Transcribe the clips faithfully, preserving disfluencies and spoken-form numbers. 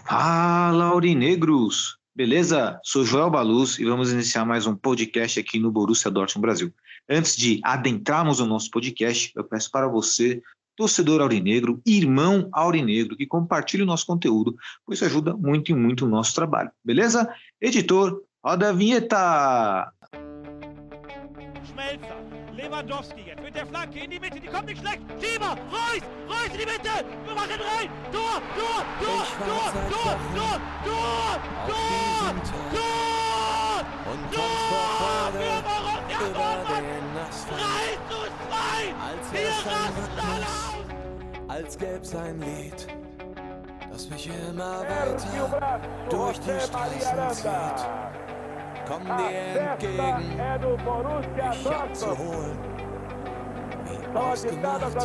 Fala, aurinegros! Beleza? Sou Joel Baluz e vamos iniciar mais um podcast aqui no Borussia Dortmund Brasil. Antes de adentrarmos o nosso podcast, eu peço para você, torcedor aurinegro, irmão aurinegro, que compartilhe o nosso conteúdo, pois isso ajuda muito e muito o nosso trabalho. Beleza? Editor, roda a vinheta! Schmelzer, Lewandowski jetzt mit der Flanke in die Mitte, die kommt nicht schlecht. Schieber, Reus, Reus in die Mitte, wir machen rein. Tor, Tor, Tor, Tor, Tor, Tor, Tor, Tor, Tor, Tor, für Borussia Dortmund. drei zu zwei, wir rasten alle aus. Als gäb's ein Lied, das mich immer weiter durch die Straßen zieht. Komm dir entgegen, ich hab zu holen, wie ausgemacht,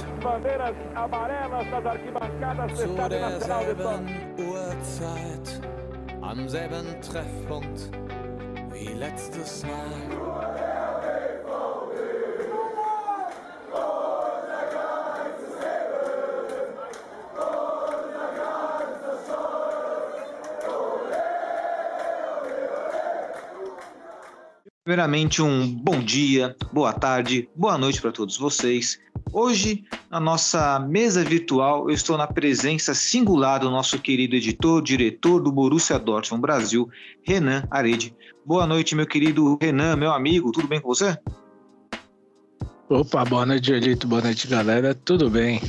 zu derselben Uhrzeit, am selben Treffpunkt, wie letztes Mal. Primeiramente, um bom dia, boa tarde, boa noite para todos vocês. Hoje, na nossa mesa virtual, eu estou na presença singular do nosso querido editor, diretor do Borussia Dortmund Brasil, Renan Arede. Boa noite, meu querido Renan, meu amigo, tudo bem com você? Opa, boa noite, Elito, boa noite, galera, tudo bem?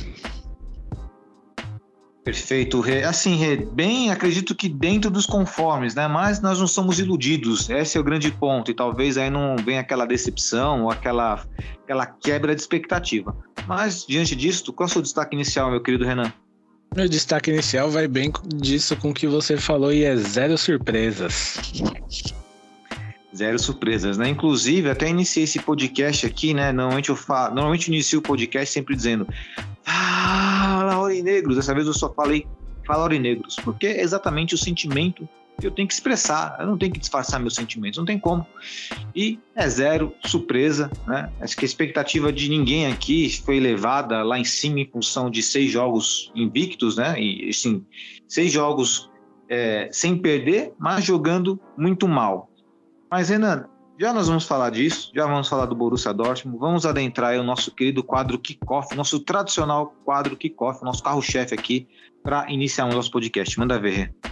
Perfeito, assim, bem, acredito que dentro dos conformes, né, mas nós não somos iludidos, esse é o grande ponto, e talvez aí não venha aquela decepção ou aquela, aquela quebra de expectativa, mas diante disso, qual é o seu destaque inicial, meu querido Renan? Meu destaque inicial vai bem disso com o que você falou e é zero surpresas. Zero surpresas, né? Inclusive, até iniciei esse podcast aqui, né? Normalmente eu falo, normalmente eu inicio o podcast sempre dizendo Fala, aurinegros. Dessa vez eu só falei Fala, aurinegros, porque é exatamente o sentimento que eu tenho que expressar. Eu não tenho que disfarçar meus sentimentos, não tem como. E é zero surpresa, né? Acho que a expectativa de ninguém aqui foi elevada lá em cima em função de seis jogos invictos, né? E, assim, seis jogos é, sem perder, mas jogando muito mal. Mas, Renan, já nós vamos falar disso, já vamos falar do Borussia Dortmund, vamos adentrar aí o nosso querido quadro Kickoff, nosso tradicional quadro Kickoff, nosso carro-chefe aqui, para iniciar o nosso podcast. Manda ver, Renan.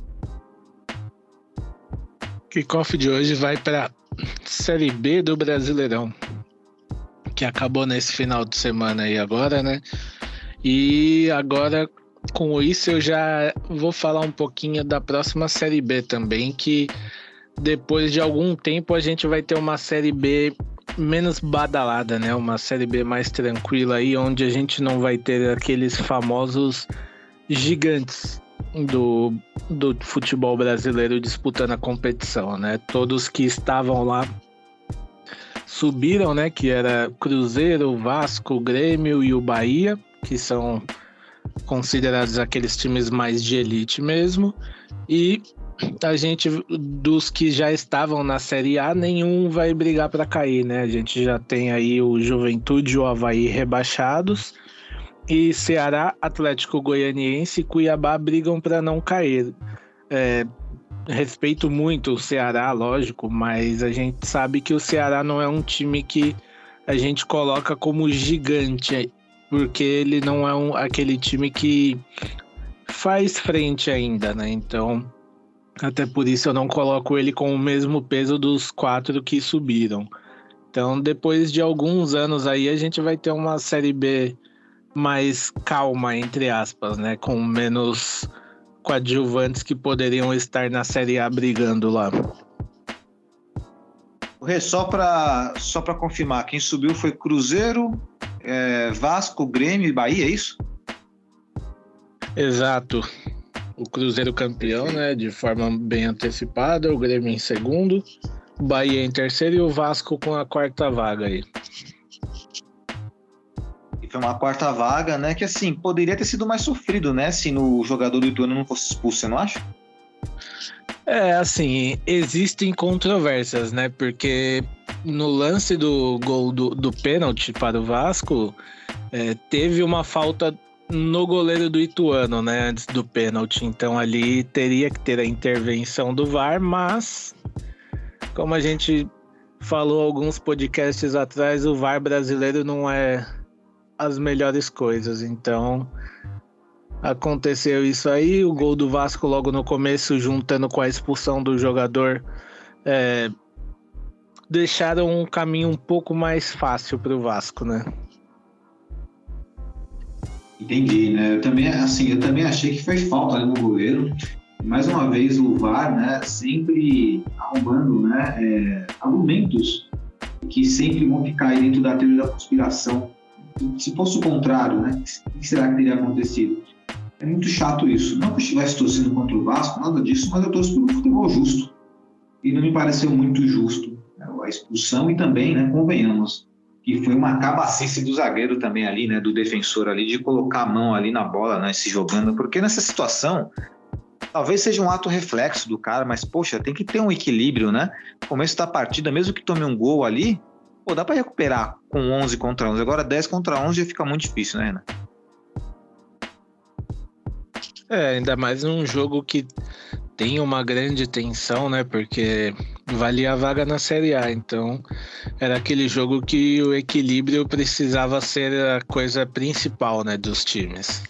Kickoff de hoje vai para Série B do Brasileirão, que acabou nesse final de semana aí agora, né? E agora, com isso, eu já vou falar um pouquinho da próxima Série B também, que depois de algum tempo a gente vai ter uma Série B menos badalada, né? Uma Série B mais tranquila aí, onde a gente não vai ter aqueles famosos gigantes do, do futebol brasileiro disputando a competição, né? Todos que estavam lá subiram, né? Que era Cruzeiro, Vasco, Grêmio e o Bahia, que são considerados aqueles times mais de elite mesmo. E a gente, dos que já estavam na Série A, nenhum vai brigar para cair, né? A gente já tem aí o Juventude e o Avaí rebaixados, e Ceará, Atlético Goianiense e Cuiabá brigam para não cair. É, respeito muito o Ceará, lógico, mas a gente sabe que o Ceará não é um time que a gente coloca como gigante, porque ele não é um, aquele time que faz frente ainda, né? Então, até por isso eu não coloco ele com o mesmo peso dos quatro que subiram. Então, depois de alguns anos aí, a gente vai ter uma Série B mais calma, entre aspas, né? Com menos coadjuvantes que poderiam estar na Série A brigando lá. Só para só para confirmar, quem subiu foi Cruzeiro, é, Vasco, Grêmio e Bahia, é isso? Exato. O Cruzeiro campeão, né, de forma bem antecipada, o Grêmio em segundo, o Bahia em terceiro e o Vasco com a quarta vaga aí. E foi uma quarta vaga, né, que assim, poderia ter sido mais sofrido, né, se no jogador do Ituano não fosse expulso, você não acha? É, assim, existem controvérsias, né, porque no lance do gol do, do pênalti para o Vasco, é, teve uma falta no goleiro do Ituano, né, antes do pênalti. Então ali teria que ter a intervenção do V A R, mas como a gente falou alguns podcasts atrás, o V A R brasileiro não é as melhores coisas. Então aconteceu isso aí, o gol do Vasco logo no começo, juntando com a expulsão do jogador, é, deixaram um caminho um pouco mais fácil para o Vasco, né? Entendi, né? Eu também, assim, eu também achei que fez falta ali no goleiro. Mais uma vez o V A R, né, sempre arrumando, né, é, argumentos que sempre vão ficar aí dentro da teoria da conspiração. Se fosse o contrário, né, o que será que teria acontecido? É muito chato isso. Não que eu estivesse torcendo contra o Vasco, nada disso, mas eu torço pelo futebol justo. E não me pareceu muito justo, né, a expulsão e também, né, convenhamos, que foi uma cabacice do zagueiro também ali, né, do defensor ali, de colocar a mão ali na bola, né, se jogando, porque nessa situação, talvez seja um ato reflexo do cara, mas, poxa, tem que ter um equilíbrio, né, no começo da partida, mesmo que tome um gol ali, pô, dá pra recuperar com onze contra onze, agora dez contra onze já fica muito difícil, né, Renan? É, ainda mais num jogo que tem uma grande tensão, né? Porque valia a vaga na Série A, então era aquele jogo que o equilíbrio precisava ser a coisa principal, né, dos times.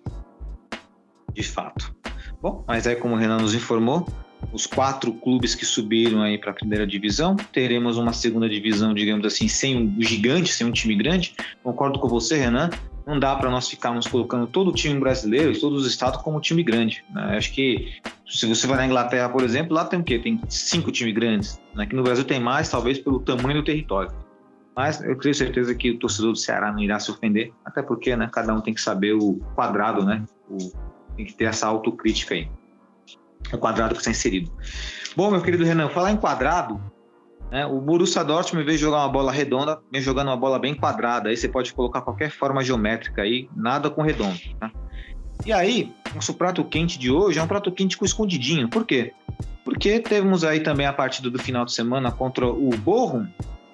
De fato. Bom, mas aí como o Renan nos informou, os quatro clubes que subiram aí para a primeira divisão, teremos uma segunda divisão, digamos assim, sem um gigante, sem um time grande. Concordo com você, Renan. Não dá para nós ficarmos colocando todo o time brasileiro e todos os estados como time grande, né? Acho que se você vai na Inglaterra, por exemplo, lá tem o quê? Tem cinco times grandes. Aqui no Brasil tem mais, talvez pelo tamanho do território. Mas eu tenho certeza que o torcedor do Ceará não irá se ofender, até porque, né, cada um tem que saber o quadrado, né? O, tem que ter essa autocrítica aí. O quadrado que está inserido. Bom, meu querido Renan, falar em quadrado, né, o Borussia Dortmund, em vez de jogar uma bola redonda, vem jogando uma bola bem quadrada. Aí você pode colocar qualquer forma geométrica aí, nada com redondo. Tá? E aí, nosso prato quente de hoje é um prato quente com escondidinho. Por quê? Porque temos aí também a partida do final de semana contra o Bochum,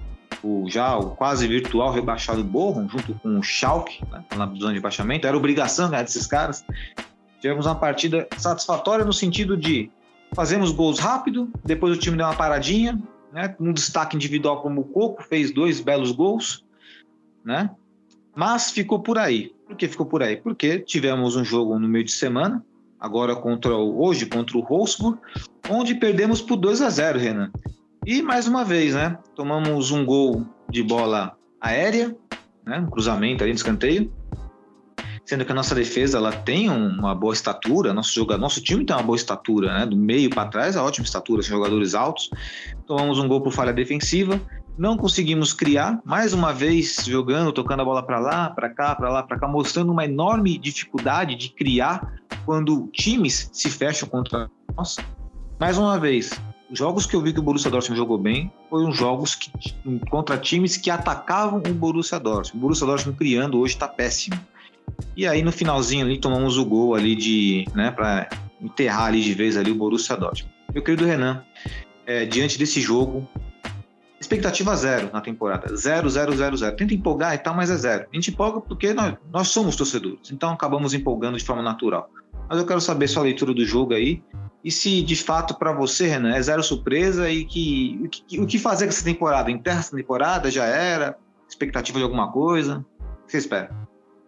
o já o quase virtual rebaixado Bochum, junto com o Schalke, né, na zona de rebaixamento. Era obrigação ganhar desses caras. Tivemos uma partida satisfatória no sentido de fazemos gols rápido, depois o time deu uma paradinha, né, um destaque individual como o Coco, fez dois belos gols, né? Mas ficou por aí. Por que ficou por aí? Porque tivemos um jogo no meio de semana, agora contra o, hoje contra o Wolfsburg, onde perdemos por dois a zero, Renan. E mais uma vez, né, tomamos um gol de bola aérea, né, um cruzamento ali no escanteio, sendo que a nossa defesa ela tem uma boa estatura, nosso, jogador, nosso time tem uma boa estatura, né? Do meio para trás, a ótima estatura, são jogadores altos. Tomamos um gol por falha defensiva, não conseguimos criar, mais uma vez jogando, tocando a bola para lá, para cá, para lá, para cá, mostrando uma enorme dificuldade de criar quando times se fecham contra nós. Mais uma vez, os jogos que eu vi que o Borussia Dortmund jogou bem foram jogos que, contra times que atacavam o Borussia Dortmund. O Borussia Dortmund criando hoje está péssimo. E aí no finalzinho ali tomamos o gol ali de, né, para enterrar ali de vez ali o Borussia Dortmund. Meu querido Renan, é, diante desse jogo, expectativa zero na temporada, zero, zero, zero, zero. Tenta empolgar e tal, mas é zero. A gente empolga porque nós, nós somos torcedores, então acabamos empolgando de forma natural. Mas eu quero saber sua leitura do jogo aí e se de fato para você, Renan, é zero surpresa e que, o, que, o que fazer com essa temporada? Enterra essa temporada, já era? Expectativa de alguma coisa? O que você espera?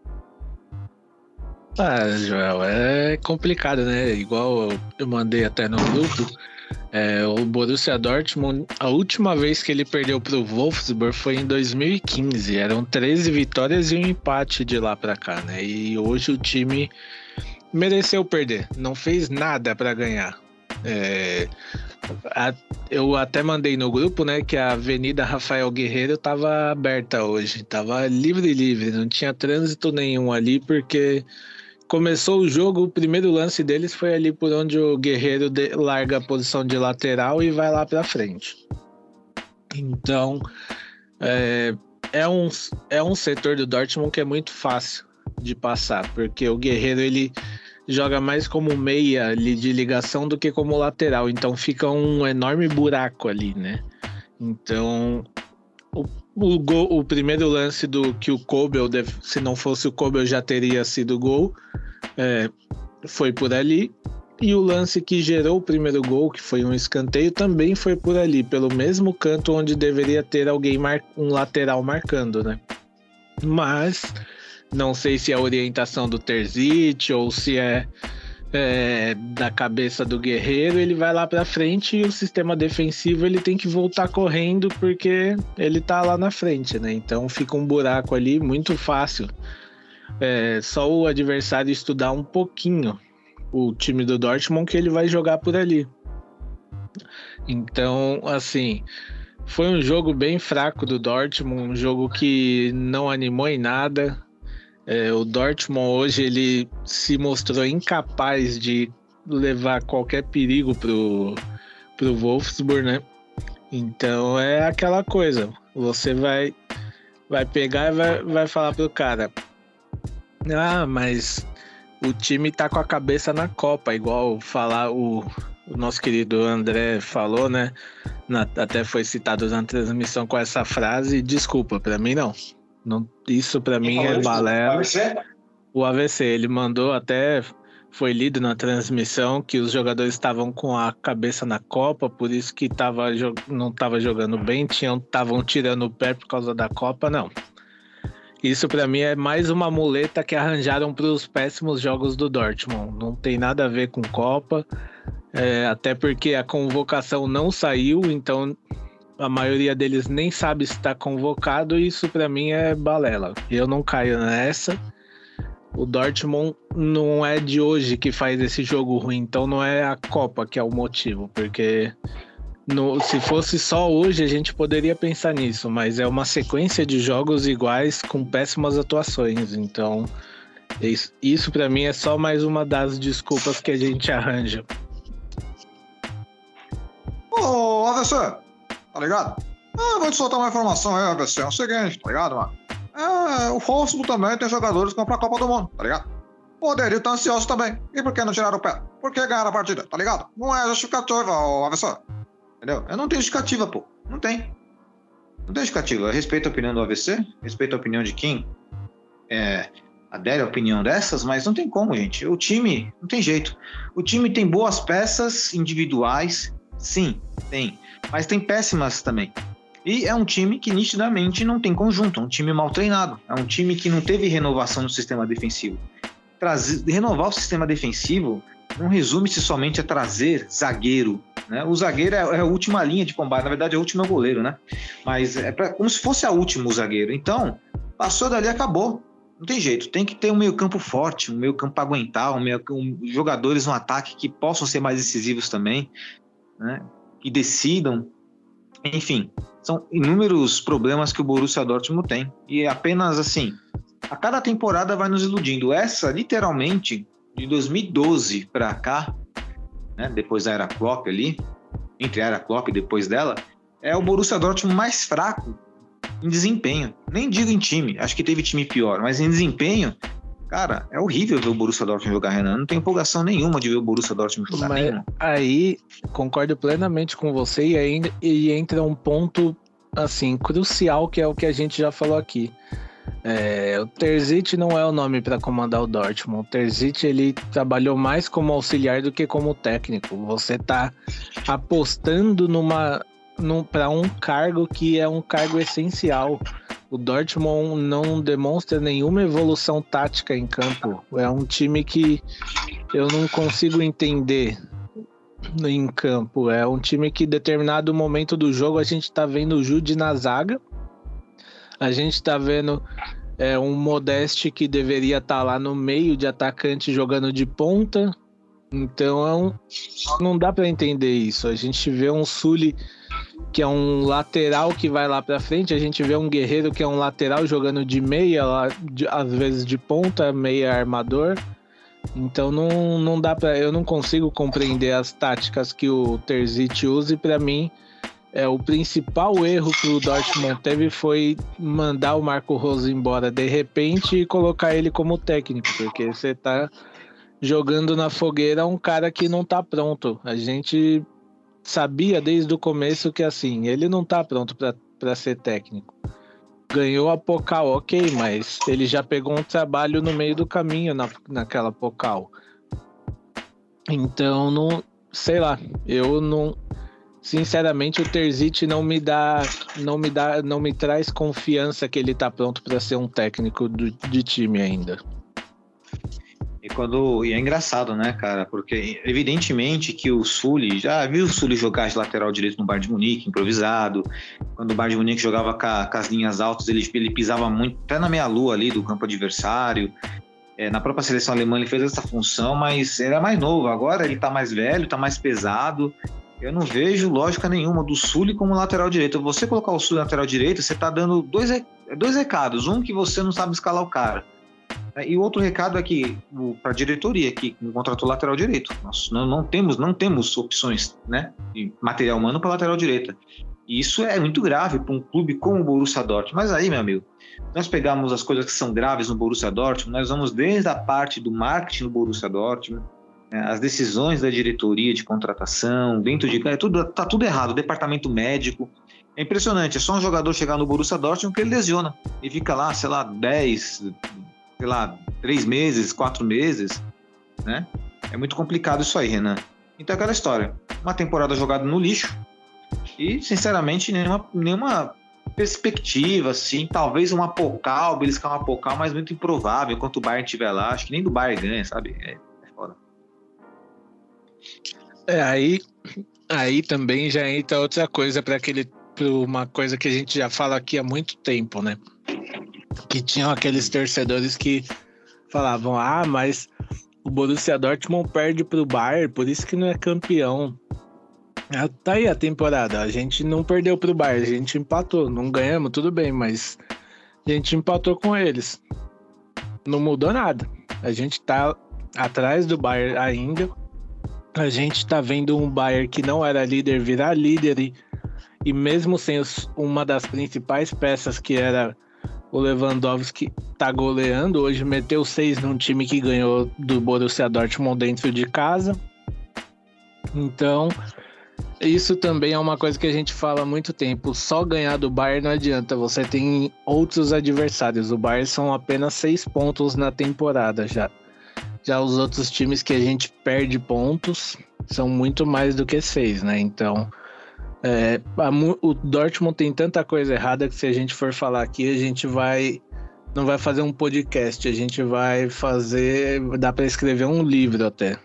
Ah, Joel, é complicado, né? Igual eu mandei até no grupo, é, o Borussia Dortmund, a última vez que ele perdeu para o Wolfsburg foi em dois mil e quinze, eram treze vitórias e um empate de lá para cá, né? E hoje o time mereceu perder, não fez nada para ganhar. É, a, eu até mandei no grupo, né, que a Avenida Rafael Guerreiro estava aberta hoje, estava livre, livre, não tinha trânsito nenhum ali, porque começou o jogo, o primeiro lance deles foi ali por onde o Guerreiro de, larga a posição de lateral e vai lá para frente. Então, é, é, um, é um setor do Dortmund que é muito fácil de passar, porque o Guerreiro, ele joga mais como meia ali de ligação do que como lateral, então fica um enorme buraco ali, né? Então, o O, gol, o primeiro lance do que o Kobel, se não fosse o Kobel já teria sido gol, é, foi por ali. E o lance que gerou o primeiro gol, que foi um escanteio, também foi por ali, pelo mesmo canto onde deveria ter alguém, mar... um lateral marcando, né? Mas não sei se é a orientação do Terzic ou se é, é da cabeça do Guerreiro, ele vai lá pra frente e o sistema defensivo ele tem que voltar correndo porque ele tá lá na frente, né? Então fica um buraco ali muito fácil. É só o adversário estudar um pouquinho o time do Dortmund que ele vai jogar por ali. Então, assim, foi um jogo bem fraco do Dortmund, um jogo que não animou em nada. É, o Dortmund hoje ele se mostrou incapaz de levar qualquer perigo pro, pro Wolfsburg, né? Então é aquela coisa, você vai, vai pegar e vai, vai falar pro cara: ah, mas o time tá com a cabeça na Copa, igual falar o, o nosso querido André falou, né? Na, até foi citado na transmissão com essa frase. Desculpa, pra mim não. não isso pra mim é balela. O A V C? O A V C, ele mandou, até foi lido na transmissão que os jogadores estavam com a cabeça na Copa, por isso que tava, não tava jogando bem, estavam tirando o pé por causa da Copa, não. Isso pra mim é mais uma muleta que arranjaram para os péssimos jogos do Dortmund. Não tem nada a ver com Copa, é, até porque a convocação não saiu, então a maioria deles nem sabe se está convocado, e isso pra mim é balela. Eu não caio nessa. O Dortmund não é de hoje que faz esse jogo ruim, então não é a Copa que é o motivo, porque No, se fosse só hoje, a gente poderia pensar nisso, mas é uma sequência de jogos iguais com péssimas atuações. Então, isso, isso para mim é só mais uma das desculpas que a gente arranja. Ô, A V C, tá ligado? Ah, eu vou te soltar uma informação aí, A V C. É o seguinte, tá ligado, mano? É, o Wolfsburg também tem jogadores que vão pra Copa do Mundo, tá ligado? O Oderio tá ansioso também. E por que não tiraram o pé? Por que ganharam a partida, tá ligado? Não é justificativa, ô, A V C. Entendeu? Eu não tenho justificativa, pô. Não tem. Não tem justificativa. Eu respeito a opinião do A V C, respeito a opinião de quem é, adere à opinião dessas, mas não tem como, gente. O time, não tem jeito. O time tem boas peças individuais, sim, tem. Mas tem péssimas também. E é um time que nitidamente não tem conjunto. É um time mal treinado. É um time que não teve renovação no sistema defensivo. Trazer, renovar o sistema defensivo não resume-se somente a trazer zagueiro, né? O zagueiro é, é a última linha de combate, na verdade é o último goleiro, né? Mas é pra, como se fosse a última o zagueiro. Então, passou dali, acabou. Não tem jeito, tem que ter um meio campo forte, um meio campo para aguentar, um meio, um, jogadores no ataque que possam ser mais decisivos também, né? Que decidam. Enfim, são inúmeros problemas que o Borussia Dortmund tem. E apenas assim, a cada temporada vai nos iludindo. Essa, literalmente, de dois mil e doze para cá, né, depois da era Klopp ali, entre a era Klopp e depois dela, é o Borussia Dortmund mais fraco em desempenho. Nem digo em time, acho que teve time pior, mas em desempenho, cara, é horrível ver o Borussia Dortmund jogar, Renan. Não tenho empolgação nenhuma de ver o Borussia Dortmund jogar. Mas nenhuma. Aí, concordo plenamente com você, e aí e entra um ponto, assim, crucial, que é o que a gente já falou aqui. É, o Terzic não é o nome para comandar o Dortmund. O Terzic, ele trabalhou mais como auxiliar do que como técnico. Você tá apostando numa, num, para um cargo que é um cargo essencial. O Dortmund não demonstra nenhuma evolução tática em campo. É um time que eu não consigo entender em campo. É um time que em determinado momento do jogo a gente tá vendo o Jude na zaga. A gente tá vendo é, um Modeste que deveria estar tá lá no meio de atacante jogando de ponta. Então é um, não dá para entender isso. A gente vê um Sully que é um lateral que vai lá para frente. A gente vê um Guerreiro que é um lateral jogando de meia, lá, de, às vezes de ponta, meia armador. Então não, não dá para, eu não consigo compreender as táticas que o Terzic usa. E para mim, é, o principal erro que o Dortmund teve foi mandar o Marco Rose embora de repente e colocar ele como técnico, porque você tá jogando na fogueira um cara que não tá pronto. A gente sabia desde o começo que assim, ele não tá pronto para ser técnico. ganhou a Pokal, ok, mas ele já pegou um trabalho no meio do caminho na, naquela Pokal. Então, não, sei lá, eu não... Sinceramente, o Terzic não me dá, não me dá, não me traz confiança que ele tá pronto para ser um técnico do, de time ainda. E, quando, e é engraçado, né, cara? Porque evidentemente que o Sully, já viu o Sully jogar de lateral direito no Bayern de Munique, improvisado. Quando o Bayern de Munique jogava com, com as linhas altas, ele, ele pisava muito, até na meia-lua ali do campo adversário. É, na própria seleção alemã ele fez essa função, mas ele é mais novo. Agora ele tá mais velho, tá mais pesado. Eu não vejo lógica nenhuma do Sully como lateral direito. Você colocar o Sully na lateral direito, você tá dando dois, dois recados. Um, que você não sabe escalar o cara. E o outro recado é que, para a diretoria, que contratou lateral direito. Nós não, não, temos, não temos opções, né, de material humano para lateral direita. E isso é muito grave para um clube como o Borussia Dortmund. Mas aí, meu amigo, nós pegamos as coisas que são graves no Borussia Dortmund, nós vamos desde a parte do marketing do Borussia Dortmund, as decisões da diretoria de contratação, dentro de... É tudo, tá tudo errado, o departamento médico. É impressionante, é só um jogador chegar no Borussia Dortmund que ele lesiona. E fica lá, sei lá, dez, sei lá, três meses, quatro meses, né? É muito complicado isso aí, Renan. Então é aquela história, uma temporada jogada no lixo e, sinceramente, nenhuma, nenhuma perspectiva, assim, talvez uma Pokal, beliscar uma Pokal, mas muito improvável, enquanto o Bayern estiver lá. Acho que nem do Bayern ganha, sabe? É. É, aí, aí também já entra outra coisa para aquele, para uma coisa que a gente já fala aqui há muito tempo, né? Que tinham aqueles torcedores que falavam, ah, mas o Borussia Dortmund perde pro Bayern, por isso que não é campeão. Ah, tá aí a temporada, a gente não perdeu pro Bayern, a gente empatou, não ganhamos, tudo bem, mas a gente empatou com eles. Não mudou nada, a gente tá atrás do Bayern ainda. A gente tá vendo um Bayern que não era líder virar líder e, e mesmo sem os, uma das principais peças que era o Lewandowski tá goleando, hoje meteu seis num time que ganhou do Borussia Dortmund dentro de casa. Então, isso também é uma coisa que a gente fala há muito tempo, só ganhar do Bayern não adianta, você tem outros adversários, o Bayern são apenas seis pontos na temporada já. Já os outros times que a gente perde pontos são muito mais do que seis, né? Então, é, a, o Dortmund tem tanta coisa errada que se a gente for falar aqui, a gente vai... Não vai fazer um podcast, a gente vai fazer... Dá para escrever um livro até.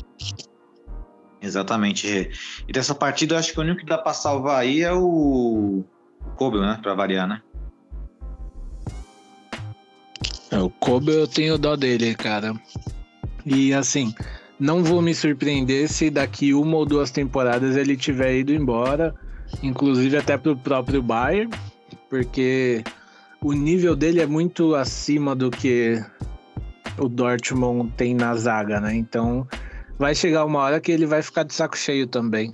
Exatamente. E dessa partida, eu acho que o único que dá para salvar aí é o... o Kobel, né? Para variar, né? É, o Kobel eu tenho dó dele, cara. E assim, não vou me surpreender se daqui uma ou duas temporadas ele tiver ido embora, inclusive até pro próprio Bayern, porque o nível dele é muito acima do que o Dortmund tem na zaga, né? Então vai chegar uma hora que ele vai ficar de saco cheio também.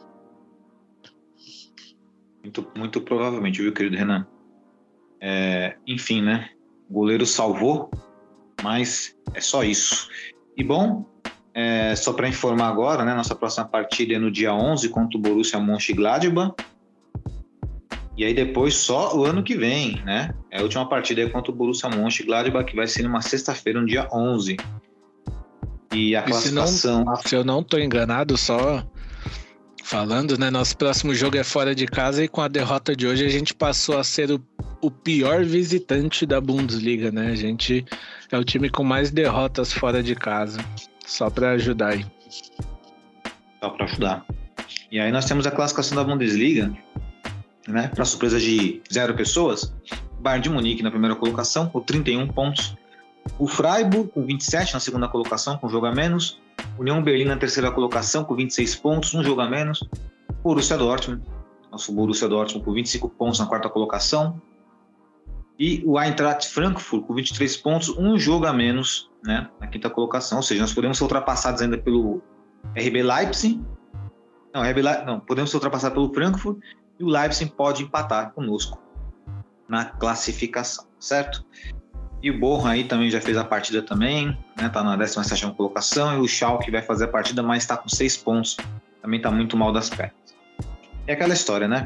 Muito, muito provavelmente, viu, querido Renan? É, enfim, né? O goleiro salvou, mas é só isso. E bom, é, só para informar agora, né, nossa próxima partida é no dia onze contra o Borussia Mönchengladbach. E aí depois só o ano que vem, né? É a última partida é contra o Borussia Mönchengladbach, que vai ser numa sexta-feira, no dia onze. E a classificação... Se, não, se eu não estou enganado, só falando, né? Nosso próximo jogo é fora de casa e com a derrota de hoje a gente passou a ser o, o pior visitante da Bundesliga, né? A gente é o time com mais derrotas fora de casa. Só para ajudar aí. Só para ajudar. E aí nós temos a classificação da Bundesliga, né? Para surpresa de zero pessoas, Bayern de Munique na primeira colocação com trinta e um pontos. O Freiburg com vinte e sete na segunda colocação, com um jogo a menos. União Berlim na terceira colocação com vinte e seis pontos, um jogo a menos. Borussia Dortmund, nosso Borussia Dortmund com vinte e cinco pontos na quarta colocação. E o Eintracht Frankfurt com vinte e três pontos, um jogo a menos, né, na quinta colocação. Ou seja, nós podemos ser ultrapassados ainda pelo R B Leipzig. Não, R B Le... não, podemos ser ultrapassados pelo Frankfurt e o Leipzig pode empatar conosco na classificação, certo? E o Bochum aí também já fez a partida também, né? Tá na décima sétima colocação. E o Schalke vai fazer a partida, mas está com seis pontos. Também está muito mal das pernas. É aquela história, né?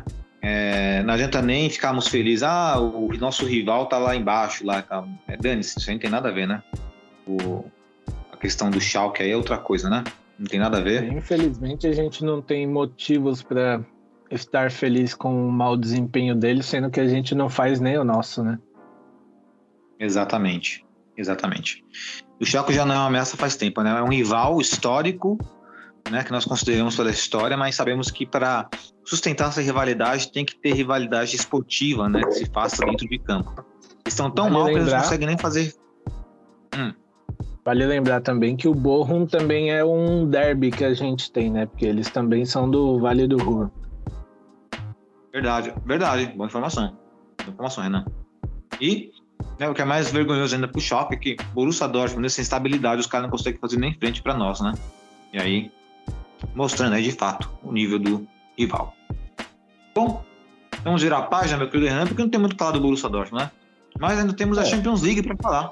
É, não adianta nem ficarmos felizes. Ah, o nosso rival tá lá embaixo. Lá, tá. É, dane-se, isso aí não tem nada a ver, né? O, a questão do Schalke aí é outra coisa, né? Não tem nada a ver. Infelizmente, a gente não tem motivos para estar feliz com o mau desempenho dele, sendo que a gente não faz nem o nosso, né? Exatamente, exatamente. O Schalke já não é uma ameaça faz tempo, né? É um rival histórico, né, que nós consideramos pela história, mas sabemos que para sustentar essa rivalidade tem que ter rivalidade esportiva, né, que se faça dentro de campo. Eles estão tão Vale mal que eles lembrar- não conseguem nem fazer... Hum, Vale lembrar também que o Bochum também é um derby que a gente tem, né? Porque eles também são do Vale do Ruhr. verdade, verdade, boa informação. Boa informação, Renan. E né, o que é mais vergonhoso ainda pro Schalke é que o Borussia Dortmund, nessa instabilidade, os caras não conseguem fazer nem frente para nós, né? E aí, mostrando aí de fato o nível do rival. Bom, vamos virar a página, meu querido Renan, porque não tem muito falar do Borussia Dortmund, né? Mas ainda temos a É. Champions League para falar.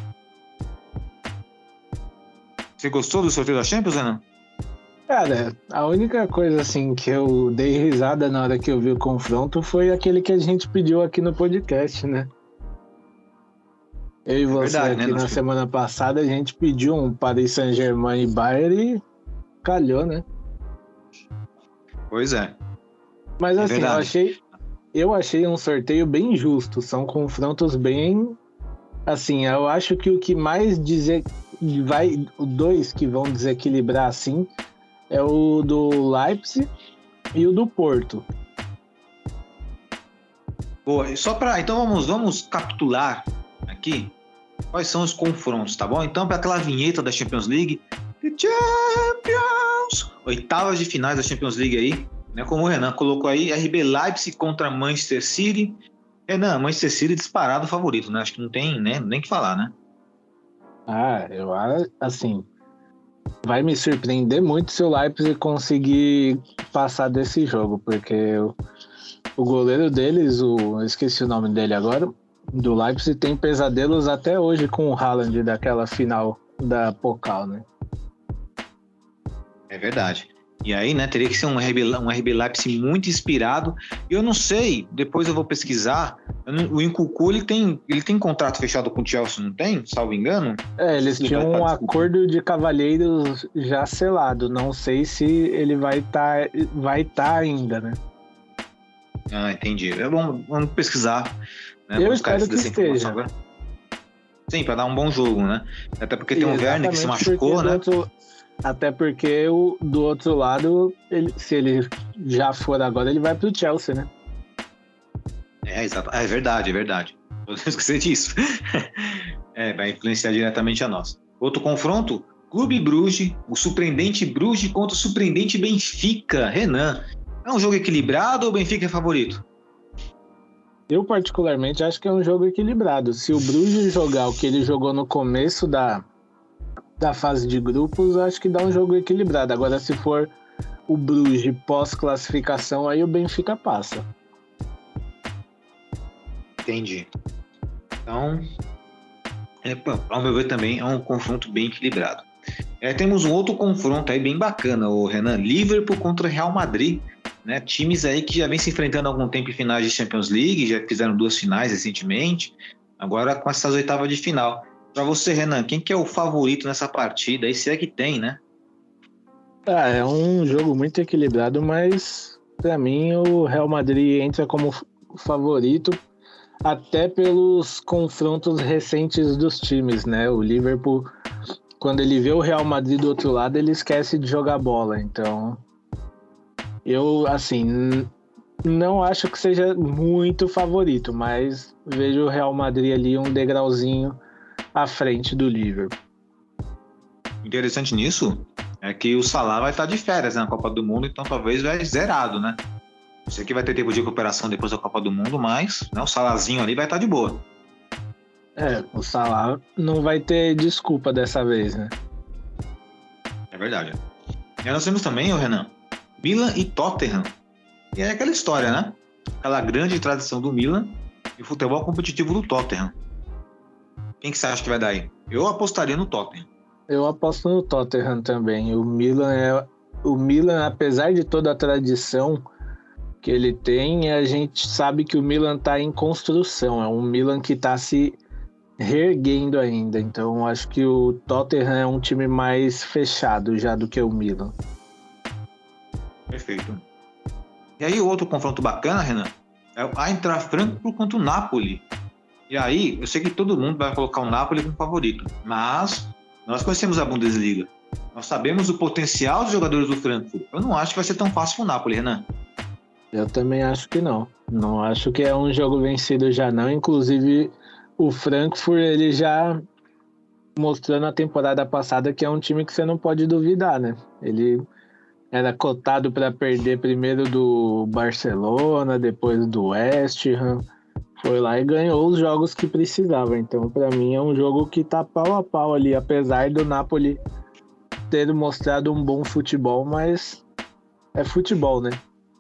Você gostou do sorteio da Champions, Renan? Cara, a única coisa assim que eu dei risada na hora que eu vi o confronto foi aquele que a gente pediu aqui no podcast, né? Eu e você verdade, aqui né, na nosso- semana passada, a gente pediu um Paris Saint-Germain e Bayern e calhou, né? Pois é. Mas É assim, eu verdade. achei, eu achei um sorteio bem justo. São confrontos bem... Assim, eu acho que o que mais dizer... vai, dois que vão desequilibrar assim é o do Leipzig e o do Porto. Boa, e só para então vamos vamos capitular aqui quais são os confrontos, tá bom? Então para aquela vinheta da Champions League, The Champions, oitavas de finais da Champions League aí, né? Como o Renan colocou aí, R B Leipzig contra Manchester City. Renan, Manchester City disparado favorito, né? Acho que não tem, né, nem que falar, né? Ah, eu acho assim, vai me surpreender muito se o Leipzig conseguir passar desse jogo, porque o, o goleiro deles, o, eu esqueci o nome dele agora, do Leipzig, tem pesadelos até hoje com o Haaland daquela final da Pokal, né? É verdade. E aí, né, teria que ser um R B, um R B Leipzig muito inspirado. E eu não sei, depois eu vou pesquisar. Eu não- o Nkunku, ele tem, ele tem contrato fechado com o Chelsea, não tem? Salvo engano? É, eles Ele tinham vai um participar. acordo de cavalheiros já selado, não sei se ele vai estar vai tá ainda, né? Ah, entendi. É bom, vamos pesquisar. Né, Eu vamos buscar espero essa que informação esteja. agora. Sim, para dar um bom jogo, né? Até porque tem o Werner que se Exatamente, machucou, porque do né? outro- até porque o, do outro lado, ele, se ele já for agora, ele vai pro Chelsea, né? É, exato. É verdade, é verdade. Não esquecer disso. É, vai influenciar diretamente a nós. Outro confronto, Clube Bruges, o surpreendente Bruges contra o surpreendente Benfica. Renan, é um jogo equilibrado ou o Benfica é favorito? Eu, particularmente, acho que é um jogo equilibrado. Se o Bruges jogar o que ele jogou no começo da, da fase de grupos, acho que dá um jogo equilibrado. Agora, se for o Bruges pós-classificação, aí o Benfica passa. Entendi. Então, é, pô, ao meu ver também é um confronto bem equilibrado. É, temos um outro confronto aí bem bacana, o Renan, Liverpool contra Real Madrid, né? Times aí que já vem se enfrentando há algum tempo em finais de Champions League, já fizeram duas finais recentemente, agora com essas oitavas de final. Para você, Renan, quem que é o favorito nessa partida? Aí se é que tem, né? Ah, é um jogo muito equilibrado, mas para mim o Real Madrid entra como f- favorito até pelos confrontos recentes dos times, né? O Liverpool, quando ele vê o Real Madrid do outro lado, ele esquece de jogar bola. Então, eu, assim, n- não acho que seja muito favorito, mas vejo o Real Madrid ali um degrauzinho à frente do Liverpool. Interessante nisso é que o Salah vai estar de férias, né, na Copa do Mundo, então talvez vai zerado, né? Isso aqui vai ter tempo de recuperação depois da Copa do Mundo, mas né, o Salahzinho ali vai estar de boa. É, o Salah não vai ter desculpa dessa vez, né? É verdade. E nós temos também, o Renan, Milan e Tottenham. E é aquela história, né? Aquela grande tradição do Milan e o futebol competitivo do Tottenham. Quem que você acha que vai dar aí? Eu apostaria no Tottenham. Eu aposto no Tottenham também. O Milan é o Milan, apesar de toda a tradição que ele tem, e a gente sabe que o Milan está em construção, é um Milan que está se reerguendo ainda, então acho que o Tottenham é um time mais fechado já do que o Milan. Perfeito. E aí o outro confronto bacana, Renan, é o Eintracht Frankfurt contra o Napoli. E aí, eu sei que todo mundo vai colocar o Napoli como favorito, mas nós conhecemos a Bundesliga. Nós sabemos o potencial dos jogadores do Frankfurt. Eu não acho que vai ser tão fácil pro Napoli, Renan. Eu também acho que não. Não acho que é um jogo vencido já não. Inclusive, o Frankfurt, ele já mostrou na temporada passada que é um time que você não pode duvidar, né? Ele era cotado para perder primeiro do Barcelona, depois do West Ham. Foi lá e ganhou os jogos que precisava. Então, para mim, é um jogo que tá pau a pau ali, apesar do Napoli ter mostrado um bom futebol, mas é futebol, né?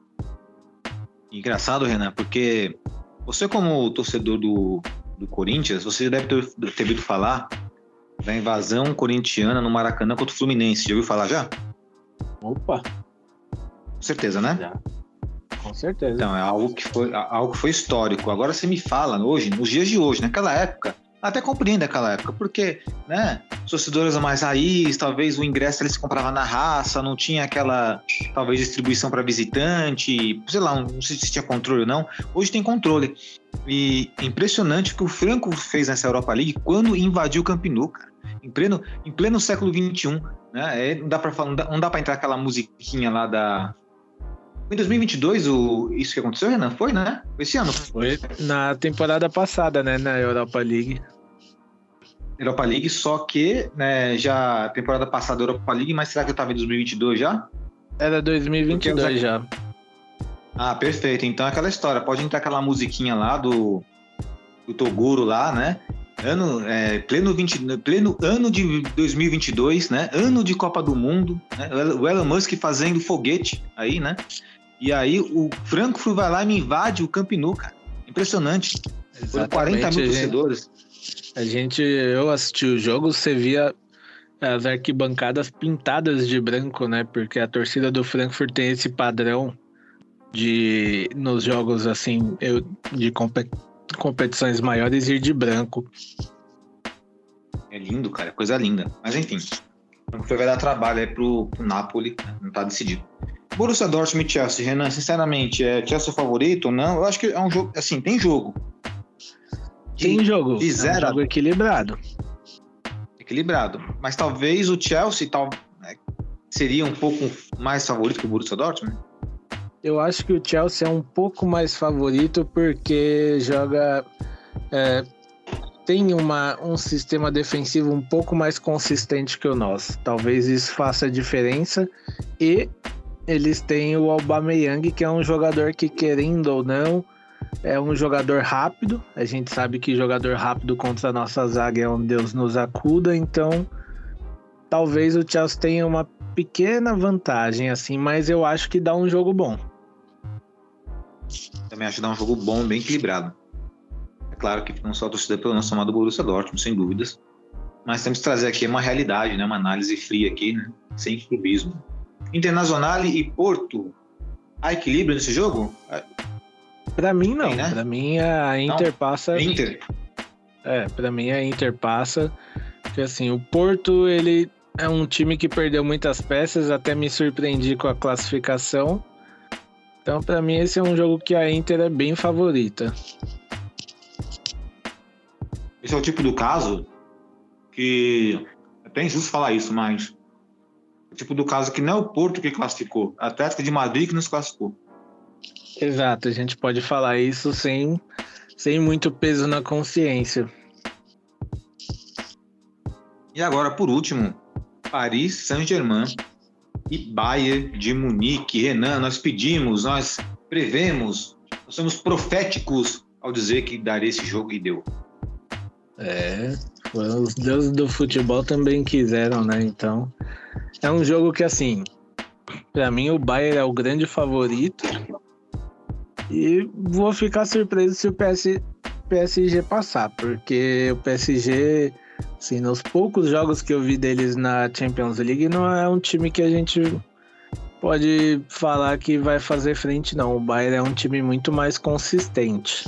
Engraçado, Renan, porque você, como torcedor do, do Corinthians, você deve ter, ter ouvido falar da invasão corintiana no Maracanã contra o Fluminense. Já ouviu falar já? Opa! Com certeza, né? Já. Com certeza. Então, é algo que foi, algo que foi histórico. Agora você me fala, hoje, nos dias de hoje, naquela época, até compreendo aquela época, porque, né, os torcedores mais raiz, talvez o ingresso ele se comprava na raça, não tinha aquela, talvez, distribuição para visitante, sei lá, não sei se tinha controle ou não. Hoje tem controle. E é impressionante o que o Franco fez nessa Europa League quando invadiu o Camp Nou, cara. Em pleno, em pleno século vinte e um, né? É, não dá para falar, não dá, não dá para entrar aquela musiquinha lá da... Em dois mil e vinte e dois, o... isso que aconteceu, Renan? Foi, né? Foi esse ano. Foi na temporada passada, né? Na Europa League. Europa League, só que, né, já temporada passada Europa League, mas será que eu tava em dois mil e vinte e dois já? Era dois mil e vinte e dois já. Ah, perfeito. Então é aquela história. Pode entrar aquela musiquinha lá do, do Toguro lá, né? Ano, é, pleno, vinte, pleno ano de dois mil e vinte e dois, né? Ano de Copa do Mundo, né? O Elon Musk fazendo foguete aí, né? E aí o Frankfurt vai lá e me invade o Camp Nou, cara. Impressionante. Foram quarenta mil torcedores. A gente, eu assisti o jogo, você via as arquibancadas pintadas de branco, né? Porque a torcida do Frankfurt tem esse padrão de, nos jogos assim, eu, de compet, competições maiores, ir de branco. É lindo, cara, coisa linda. Mas enfim, o Frankfurt vai dar trabalho aí pro, pro Napoli, né? Não tá decidido. Borussia Dortmund e Chelsea, Renan, sinceramente, é Chelsea o favorito ou não? Eu acho que é um jogo, assim, tem jogo. Tem jogo, fizeram... é um jogo equilibrado. Equilibrado. Mas talvez o Chelsea tal, né, seria um pouco mais favorito que o Borussia Dortmund? Eu acho que o Chelsea é um pouco mais favorito porque joga... É, tem uma, um sistema defensivo um pouco mais consistente que o nosso. Talvez isso faça diferença. E eles têm o Aubameyang, que é um jogador que, querendo ou não, é um jogador rápido. A gente sabe que jogador rápido contra a nossa zaga é um Deus nos acuda. Então, talvez o Chelsea tenha uma pequena vantagem, assim, mas eu acho que dá um jogo bom. Também acho que dá um jogo bom, bem equilibrado. É claro que não só a torcida pelo nosso amado Borussia Dortmund, sem dúvidas. Mas temos que trazer aqui uma realidade, né? Uma análise fria aqui, né? Sem clubismo. Internazionale e Porto. Há equilíbrio nesse jogo? Pra mim não, Tem, né? Pra mim a Inter não, passa... Inter? É, pra mim a Inter passa, porque assim, o Porto, ele é um time que perdeu muitas peças, até me surpreendi com a classificação, então pra mim esse é um jogo que a Inter é bem favorita. Esse é o tipo do caso que, é até injusto falar isso, mas é o tipo do caso que não é o Porto que classificou, é a Atlético de Madrid que nos classificou. Exato, a gente pode falar isso sem, sem muito peso na consciência. E agora, por último, Paris Saint-Germain e Bayern de Munique. Renan, nós pedimos, nós prevemos, nós somos proféticos ao dizer que daria esse jogo e deu. É, os deuses do futebol também quiseram, né? Então, é um jogo que, assim, pra mim o Bayern é o grande favorito. E vou ficar surpreso se o P S, P S G passar, porque o P S G, assim, nos poucos jogos que eu vi deles na Champions League, não é um time que a gente pode falar que vai fazer frente, não. O Bayern é um time muito mais consistente.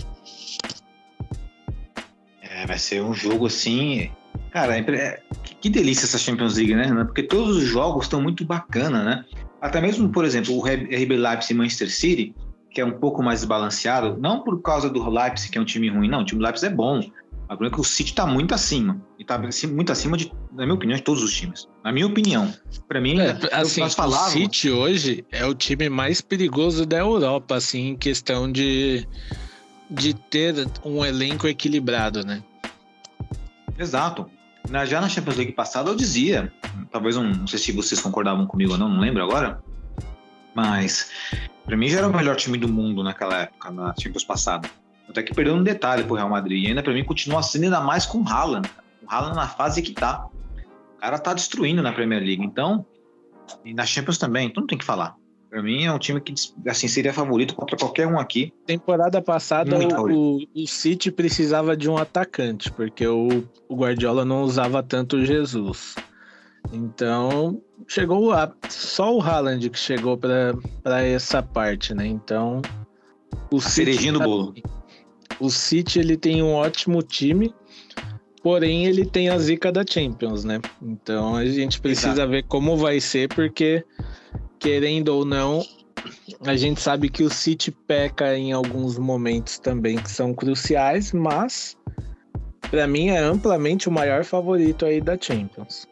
É, vai ser um jogo assim... Cara, é... que delícia essa Champions League, né, Renan? Porque todos os jogos estão muito bacana, né? Até mesmo, por exemplo, o R B Leipzig e Manchester City, que é um pouco mais desbalanceado, não por causa do Leipzig, que é um time ruim, não. O time do Leipzig é bom. A problema é que o City está muito acima. E está muito acima, de, na minha opinião, de todos os times. Na minha opinião. Para mim, é, assim, nós falávamos... o City hoje é o time mais perigoso da Europa, assim, em questão de, de ter um elenco equilibrado, né? Exato. Na, já na Champions League passada eu dizia, talvez um, não sei se vocês concordavam comigo ou não, não lembro agora, mas para mim já era o melhor time do mundo naquela época, na Champions passada. Até que perdeu um detalhe pro Real Madrid. E ainda pra mim continua sendo ainda mais com o Haaland. O Haaland na fase que tá. O cara tá destruindo na Premier League. Então, e na Champions também. Então não tem que falar. Pra mim é um time que assim, seria favorito contra qualquer um aqui. Temporada passada o, o City precisava de um atacante. Porque o, o Guardiola não usava tanto o Jesus. Então, chegou a, só o Haaland que chegou pra, pra essa parte, né? Então... O a cerejinha do bolo. O City, ele tem um ótimo time, porém ele tem a zica da Champions, né? Então a gente precisa Exato. ver como vai ser, porque querendo ou não, a gente sabe que o City peca em alguns momentos também que são cruciais, mas para mim é amplamente o maior favorito aí da Champions.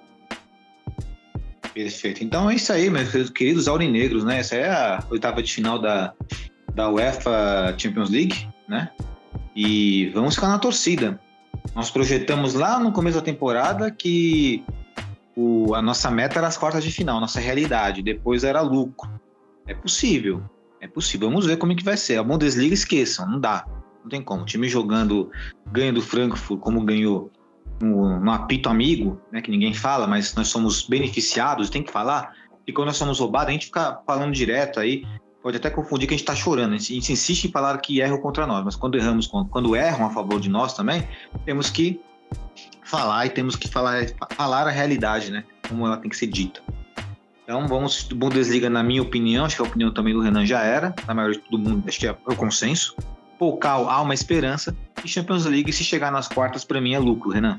Perfeito. Então é isso aí, meus queridos aurinegros, né? Essa é a oitava de final da, da UEFA Champions League, né? E vamos ficar na torcida. Nós projetamos lá no começo da temporada que o, a nossa meta era as quartas de final, nossa realidade. Depois era lucro. É possível, é possível. Vamos ver como é que vai ser. A Bundesliga, esqueçam, não dá. Não tem como. O time jogando, ganha do Frankfurt como ganhou no, no apito amigo, né, que ninguém fala, mas nós somos beneficiados, tem que falar. E quando nós somos roubados, a gente fica falando direto aí. Pode até confundir que a gente está chorando. A gente insiste em falar que erram contra nós, mas quando erramos, quando erram a favor de nós também, temos que falar e temos que falar, falar a realidade, né? Como ela tem que ser dita. Então vamos, Bundesliga, na minha opinião, acho que a opinião também do Renan já era, na maioria de todo mundo, acho que é o consenso. Pokal, há uma esperança, e Champions League, se chegar nas quartas, para mim é lucro, Renan.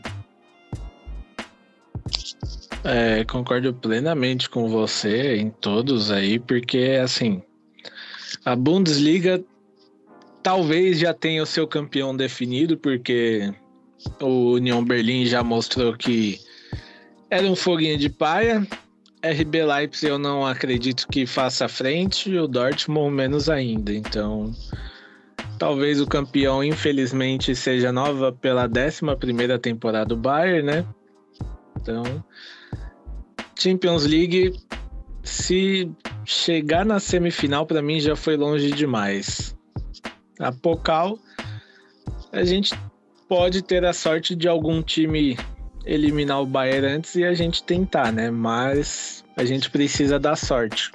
É, concordo plenamente com você em todos aí, porque assim, a Bundesliga talvez já tenha o seu campeão definido, porque o Union Berlin já mostrou que era um foguinho de paia. R B Leipzig eu não acredito que faça frente, e o Dortmund menos ainda. Então, talvez o campeão, infelizmente, seja nova pela décima primeira temporada do Bayern, né? Então, Champions League, se chegar na semifinal, para mim já foi longe demais. A Pokal, a gente pode ter a sorte de algum time eliminar o Bayern antes e a gente tentar, né? Mas a gente precisa da sorte.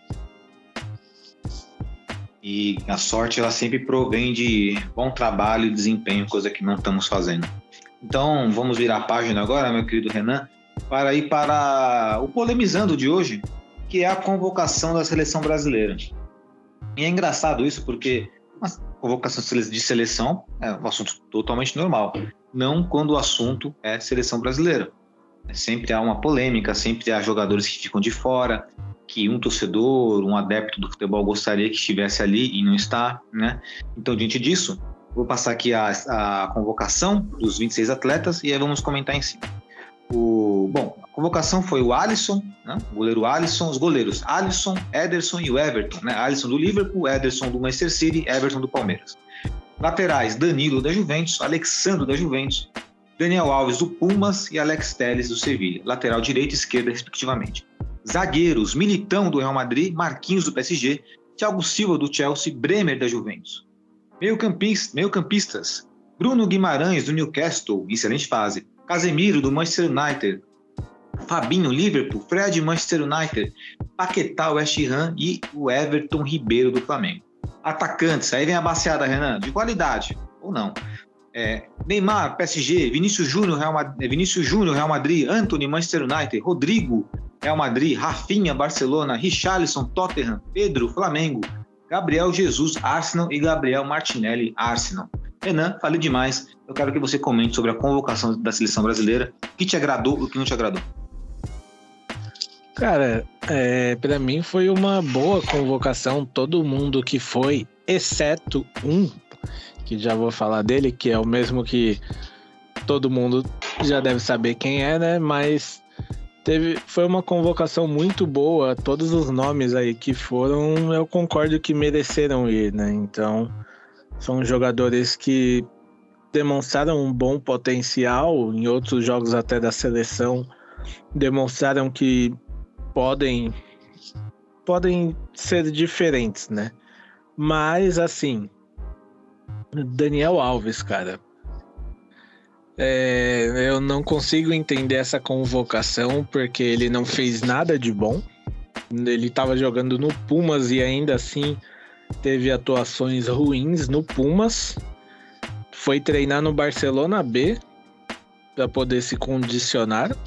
E a sorte, ela sempre provém de bom trabalho e desempenho, coisa que não estamos fazendo. Então, vamos virar a página agora, meu querido Renan, para ir para o polemizando de hoje, que é a convocação da seleção brasileira. E é engraçado isso, porque a convocação de seleção é um assunto totalmente normal, não quando o assunto é seleção brasileira. Sempre há uma polêmica, sempre há jogadores que ficam de fora, que um torcedor, um adepto do futebol gostaria que estivesse ali e não está, né? Então, diante disso, vou passar aqui a, a convocação dos vinte e seis atletas e aí vamos comentar em cima. O, bom, a convocação foi o Alisson, né? O goleiro Alisson, os goleiros Alisson, Ederson e o Everton, né? Alisson do Liverpool, Ederson do Manchester City, Everton do Palmeiras. Laterais, Danilo da Juventus, Alexandro da Juventus, Daniel Alves do Pumas e Alex Telles do Sevilha. Lateral direita e esquerda, respectivamente. Zagueiros, Militão do Real Madrid, Marquinhos do P S G, Thiago Silva do Chelsea, Bremer da Juventus. Meio-campistas, meio-campistas, Bruno Guimarães do Newcastle, em excelente fase, Casemiro do Manchester United, Fabinho, Liverpool, Fred, Manchester United, Paquetá, West Ham e o Everton Ribeiro do Flamengo. Atacantes, aí vem a baseada, Renan, de qualidade, ou não. É, Neymar, P S G, Vinícius Júnior, Real Madrid, Vinícius Júnior, Real Madrid, Antony, Manchester United, Rodrigo, Real Madrid, Rafinha, Barcelona, Richarlison, Tottenham, Pedro, Flamengo, Gabriel Jesus, Arsenal e Gabriel Martinelli, Arsenal. Renan, falei demais. Eu quero que você comente sobre a convocação da seleção brasileira. O que te agradou e o que não te agradou? Cara, é, para mim foi uma boa convocação. Todo mundo que foi, exceto um, que já vou falar dele, que é o mesmo que todo mundo já deve saber quem é, né? Mas teve, foi uma convocação muito boa. Todos os nomes aí que foram, eu concordo que mereceram ir, né? Então, são jogadores que demonstraram um bom potencial. Em outros jogos até da seleção, demonstraram que podem, podem ser diferentes, né? Mas, assim, Daniel Alves, cara, é, eu não consigo entender essa convocação, porque ele não fez nada de bom. Ele estava jogando no Pumas e ainda assim teve atuações ruins no Pumas. Foi treinar no Barcelona B para poder se condicionar.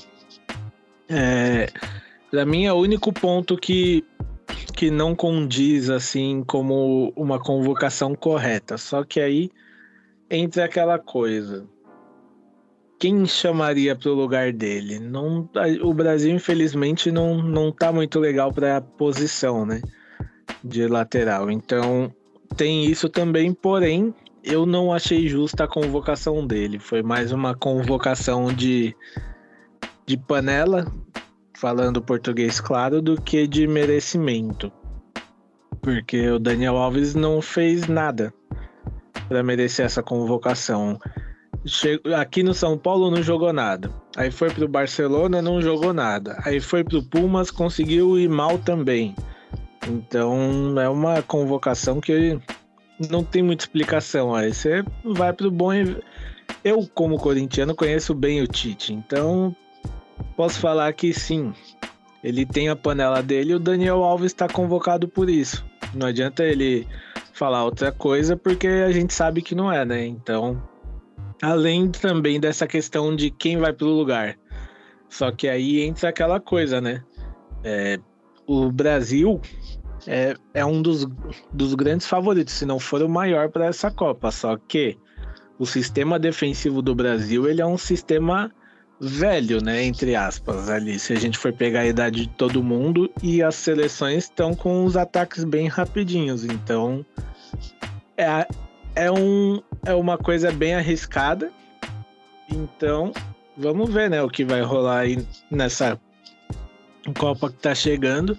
É, para mim é o único ponto que, que não condiz assim como uma convocação correta. Só que aí entra aquela coisa: quem chamaria para o lugar dele? Não, o Brasil, infelizmente, não, não tá muito legal para a posição, né, de lateral. Então, tem isso também, porém, eu não achei justa a convocação dele. Foi mais uma convocação de, de panela, falando português claro, do que de merecimento. Porque o Daniel Alves não fez nada para merecer essa convocação. Chegou, aqui no São Paulo não jogou nada. Aí foi pro Barcelona, não jogou nada. Aí foi pro Pumas, conseguiu ir mal também. Então é uma convocação que não tem muita explicação. Aí você vai pro bom. Eu, como corintiano, conheço bem o Tite. Então posso falar que sim, ele tem a panela dele e o Daniel Alves está convocado por isso. Não adianta ele falar outra coisa, porque a gente sabe que não é, né? Então, além também dessa questão de quem vai pro lugar. Só que aí entra aquela coisa, né? É, o Brasil é, é um dos, dos grandes favoritos, se não for o maior para essa Copa. Só que o sistema defensivo do Brasil, ele é um sistema velho, né? Entre aspas, ali. Se a gente for pegar a idade de todo mundo, e as seleções estão com os ataques bem rapidinhos. Então, é, é, um, é uma coisa bem arriscada. Então, vamos ver, né, o que vai rolar aí nessa Copa que tá chegando.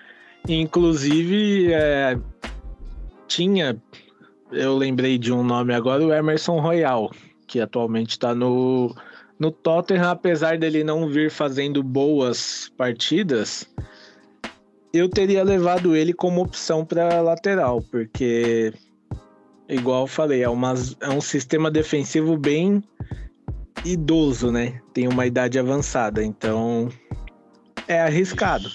Inclusive, é, tinha, eu lembrei de um nome agora, o Emerson Royal, que atualmente tá no, no Tottenham. Apesar dele não vir fazendo boas partidas, eu teria levado ele como opção para lateral, porque, igual eu falei, é, uma, é um sistema defensivo bem idoso, né? Tem uma idade avançada, então é arriscado.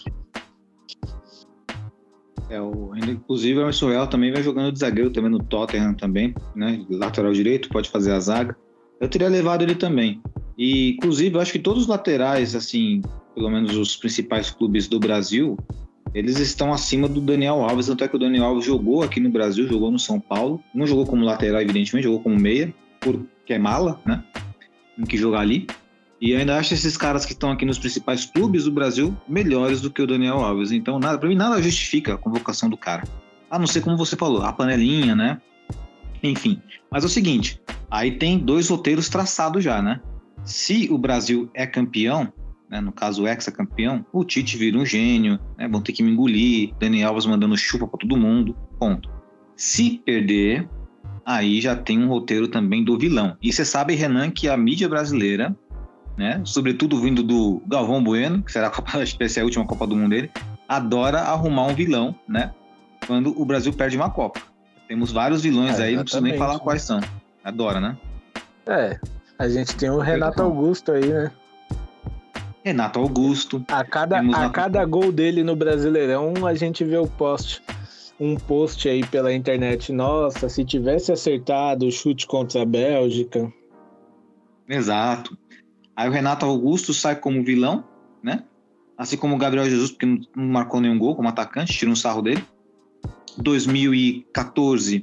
É, o, inclusive o Emerson Royal também vai jogando de zagueiro também no Tottenham também, né? Lateral direito, pode fazer a zaga. Eu teria levado ele também. E, inclusive, eu acho que todos os laterais, assim, pelo menos os principais clubes do Brasil, eles estão acima do Daniel Alves. Tanto é que o Daniel Alves jogou aqui no Brasil, jogou no São Paulo. Não jogou como lateral, evidentemente, jogou como meia, porque é mala, né? Tem que jogar ali. E eu ainda acho esses caras que estão aqui nos principais clubes do Brasil melhores do que o Daniel Alves. Então, nada, pra mim, nada justifica a convocação do cara. A não ser, como você falou, a panelinha, né? Enfim. Mas é o seguinte, aí tem dois roteiros traçados já, né? Se o Brasil é campeão, né, no caso o ex-campeão, o Tite vira um gênio, né, vão ter que me engolir, Daniel Alves mandando chupa pra todo mundo, ponto. Se perder, aí já tem um roteiro também do vilão. E você sabe, Renan, que a mídia brasileira, né, sobretudo vindo do Galvão Bueno, que será a, Copa, acho que vai ser a última Copa do Mundo dele, adora arrumar um vilão, né, quando o Brasil perde uma Copa. Temos vários vilões é, aí, não preciso nem falar quais são. Adora, né? É, a gente tem o Renato Augusto aí, né? Renato Augusto. A cada, a cada gol dele no Brasileirão, a gente vê o post, um post aí pela internet. Nossa, se tivesse acertado o chute contra a Bélgica. Exato. Aí o Renato Augusto sai como vilão, né? assim como o Gabriel Jesus, porque não marcou nenhum gol como atacante, tira um sarro dele. dois mil e catorze,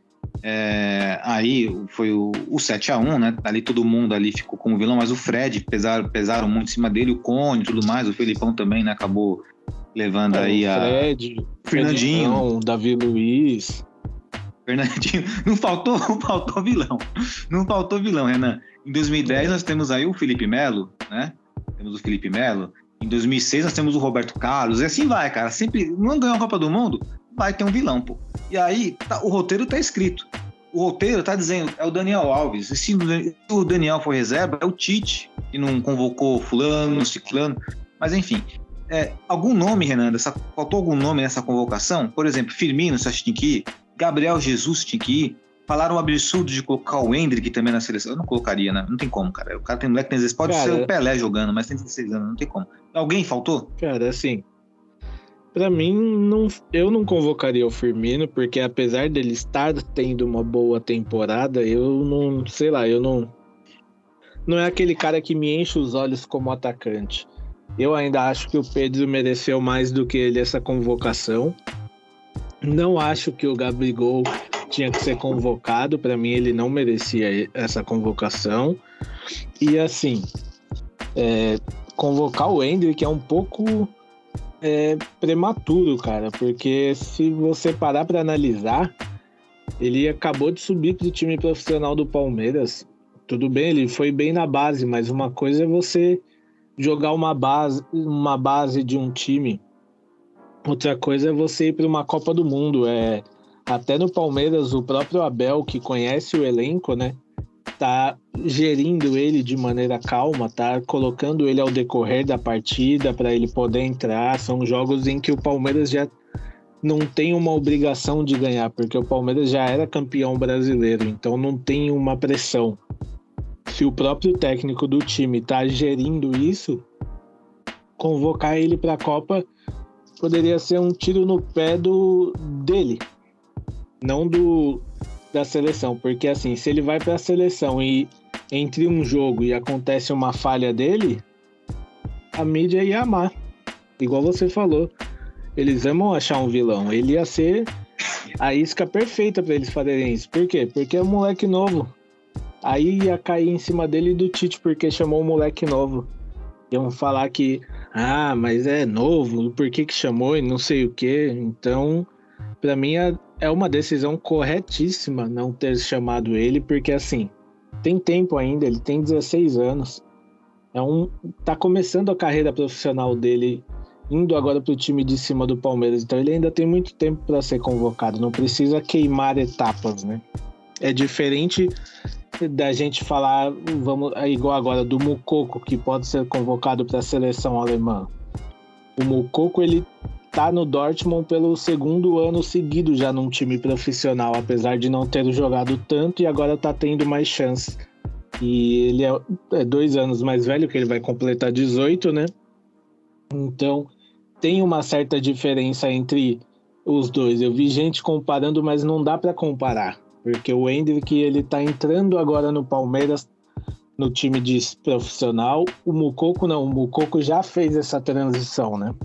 é, aí foi o, o sete a um, né? Ali todo mundo ali ficou como vilão, mas o Fred pesaram, pesaram muito em cima dele, o Cone e tudo mais, o Felipão também, né? Acabou levando É, aí o a... Fred, Fernandinho. Fredinho, Davi Luiz. Fernandinho, não faltou, não faltou vilão, não faltou vilão, Renan. Em dois mil e dez nós temos aí o Felipe Melo, né? Temos o Felipe Melo. Em dois mil e seis nós temos o Roberto Carlos, e assim vai, cara. Sempre, não ganhou a Copa do Mundo, vai ter um vilão, pô. E aí, tá, o roteiro tá escrito. O roteiro tá dizendo, é o Daniel Alves. E se o Daniel for reserva, é o Tite, que não convocou fulano, ciclano. Mas enfim, é, algum nome, Renan, dessa, faltou algum nome nessa convocação? Por exemplo, Firmino, você acha que tinha que ir? Gabriel Jesus tinha que ir? Falaram um absurdo de colocar o Endrick também na seleção. Eu não colocaria, né? Não tem como, cara. O cara tem moleque, tem vezes pode Cara, ser o Pelé jogando, mas tem dezesseis anos, não tem como. Alguém faltou? Cara, assim, pra mim, não, eu não convocaria o Firmino, porque apesar dele estar tendo uma boa temporada, eu não, sei lá, eu não... Não é aquele cara que me enche os olhos como atacante. Eu ainda acho que o Pedro mereceu mais do que ele essa convocação. Não acho que o Gabigol tinha que ser convocado. Para mim, ele não merecia essa convocação. E assim, é, convocar o Endrick é um pouco é, prematuro, cara, porque se você parar para analisar, ele acabou de subir para o time profissional do Palmeiras. Tudo bem, ele foi bem na base, mas uma coisa é você jogar uma base, uma base de um time, outra coisa é você ir para uma Copa do Mundo. É, até no Palmeiras, o próprio Abel, que conhece o elenco, né, tá gerindo ele de maneira calma, tá colocando ele ao decorrer da partida para ele poder entrar. São jogos em que o Palmeiras já não tem uma obrigação de ganhar, porque o Palmeiras já era campeão brasileiro, então não tem uma pressão. Se o próprio técnico do time tá gerindo isso, convocar ele para a Copa poderia ser um tiro no pé do, dele, não do, da seleção, porque assim, se ele vai para a seleção e entre um jogo e acontece uma falha dele, a mídia ia amar, igual você falou, eles amam achar um vilão, ele ia ser a isca perfeita para eles fazerem isso. Por quê? Porque é um moleque novo, aí ia cair em cima dele e do Tite, porque chamou um moleque novo. Iam falar que, ah, mas é novo, por que que chamou e não sei o quê. Então, pra mim é, é uma decisão corretíssima não ter chamado ele, porque assim, tem tempo ainda, ele tem dezesseis anos. É um, tá começando a carreira profissional dele, indo agora pro time de cima do Palmeiras. Então ele ainda tem muito tempo para ser convocado, não precisa queimar etapas, né? É diferente da gente falar, vamos, igual agora, do Moukoko, que pode ser convocado para a seleção alemã. O Moukoko, ele tá no Dortmund pelo segundo ano seguido já num time profissional, apesar de não ter jogado tanto, e agora tá tendo mais chance. E ele é, é dois anos mais velho, que ele vai completar dezoito, né? Então, tem uma certa diferença entre os dois. Eu vi gente comparando, mas não dá para comparar. Porque o Endrick, ele tá entrando agora no Palmeiras, no time de profissional. O Moukoko não, o Moukoko já fez essa transição, né?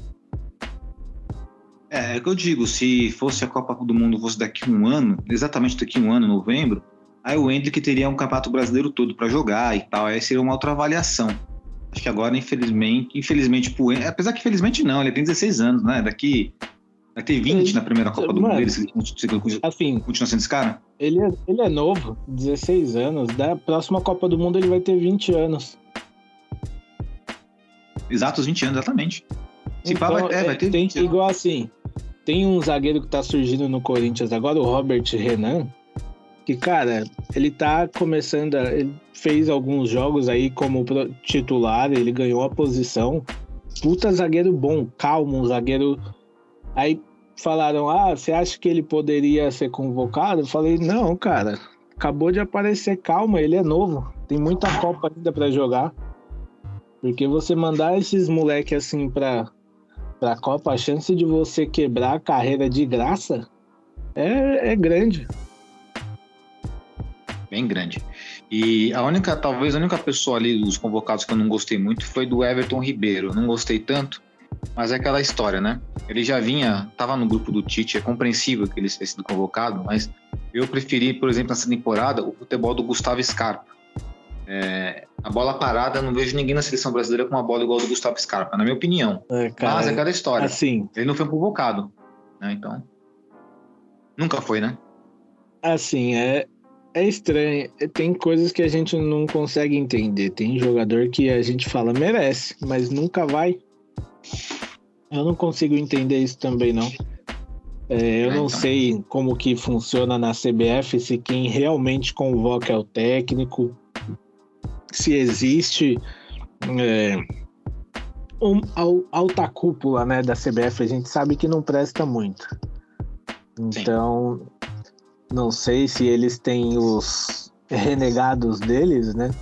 É, é o que eu digo, se fosse a Copa do Mundo fosse daqui a um ano, exatamente daqui a um ano, novembro, aí o Endrick teria um campeonato brasileiro todo para jogar e tal, aí seria uma outra avaliação. Acho que agora, infelizmente, infelizmente pro Endrick, apesar que infelizmente não, ele tem dezesseis anos, né? Daqui... Vai ter vinte na primeira Copa do Mundo dele, se ele assim, continua sendo esse cara? Ele é, ele é novo, dezesseis anos. Da próxima Copa do Mundo ele vai ter vinte anos. Exatos vinte anos, exatamente. Se então, pá, vai, é, vai ter tem, vinte anos. igual assim, tem um zagueiro que tá surgindo no Corinthians agora, o Robert Renan, que, cara, ele tá começando, a, ele fez alguns jogos aí como titular, ele ganhou a posição. Puta zagueiro bom, calmo, um zagueiro... Aí falaram, ah, você acha que ele poderia ser convocado? Eu falei, não, cara, acabou de aparecer, calma, ele é novo, tem muita Copa ainda pra jogar. Porque você mandar esses moleques assim pra, pra Copa, a chance de você quebrar a carreira de graça é, é grande. Bem grande. E a única, talvez a única pessoa ali dos convocados que eu não gostei muito foi do Everton Ribeiro. Eu não gostei tanto, Mas é aquela história, né? Ele já vinha, tava no grupo do Tite, é compreensível que ele tenha sido convocado, mas eu preferi, por exemplo, nessa temporada, o futebol do Gustavo Scarpa. É, a bola parada, eu não vejo ninguém na seleção brasileira com uma bola igual a do Gustavo Scarpa, na minha opinião. É, cara, mas é aquela história. Assim, ele não foi convocado, né? Então, nunca foi, né? Assim, é, é estranho. Tem coisas que a gente não consegue entender. Tem jogador que a gente fala merece, mas nunca vai. Eu não consigo entender isso também, não. É, eu é, não então. sei como que funciona na C B F, se quem realmente convoca é o técnico, se existe é, um, alta cúpula, né, da C B F, a gente sabe que não presta muito. Então, sim. Não sei se eles têm os renegados deles, né?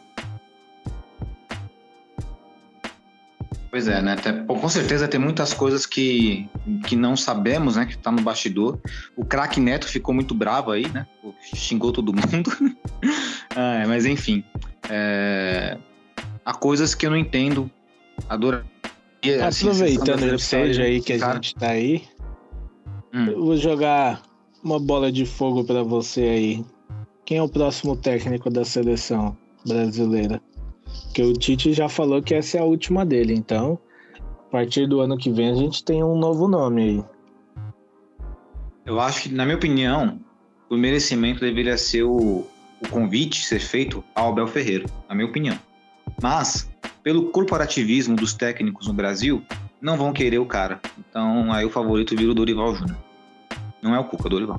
Pois é, né? Tem, com certeza tem muitas coisas que, que não sabemos, né? Que tá no bastidor. O craque Neto ficou muito bravo aí, né? Xingou todo mundo. ah, mas enfim. É... Há coisas que eu não entendo. Adoraria. Aproveitando assim, o seja aí que a cara... gente tá aí, hum. eu vou jogar uma bola de fogo pra você aí. Quem é o próximo técnico da seleção brasileira? Porque o Tite já falou que essa é a última dele, então a partir do ano que vem a gente tem um novo nome aí. Eu acho que, na minha opinião, o merecimento deveria ser o, o convite ser feito ao Abel Ferreira, na minha opinião. Mas, pelo corporativismo dos técnicos no Brasil, não vão querer o cara. Então, aí o favorito vira o Dorival Júnior. Não é o Cuca, é o Dorival.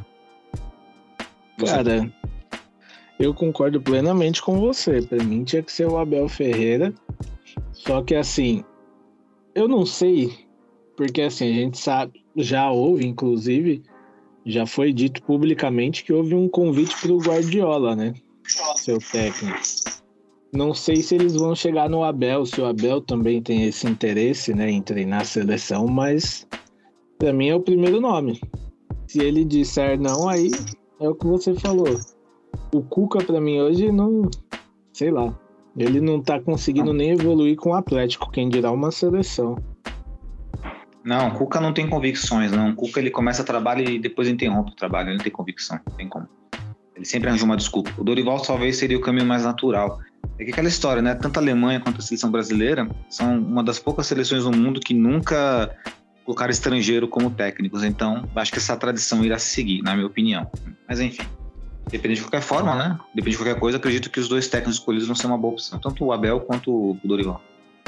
Você... Cara... Eu concordo plenamente com você. Para mim tinha que ser o Abel Ferreira. Só que assim, eu não sei, porque assim, a gente sabe, já houve, inclusive, já foi dito publicamente que houve um convite para o Guardiola, né? Seu técnico. Não sei se eles vão chegar no Abel, se o Abel também tem esse interesse, né, em treinar a seleção, mas para mim é o primeiro nome. Se ele disser não, aí é o que você falou. O Cuca, pra mim, hoje, não... Sei lá. Ele não tá conseguindo nem evoluir com o Atlético, quem dirá uma seleção. Não, o Cuca não tem convicções, não. O Cuca, ele começa a trabalho e depois interrompe o trabalho. Ele não tem convicção, não tem como. Ele sempre arranja uma desculpa. O Dorival talvez seria o caminho mais natural. É que aquela história, né? Tanto a Alemanha quanto a seleção brasileira são uma das poucas seleções no mundo que nunca colocaram estrangeiro como técnicos. Então, acho que essa tradição irá se seguir, na minha opinião. Mas, enfim. Depende de qualquer forma, né? Depende de qualquer coisa, acredito que os dois técnicos escolhidos vão ser uma boa opção. Tanto o Abel quanto o Dorival.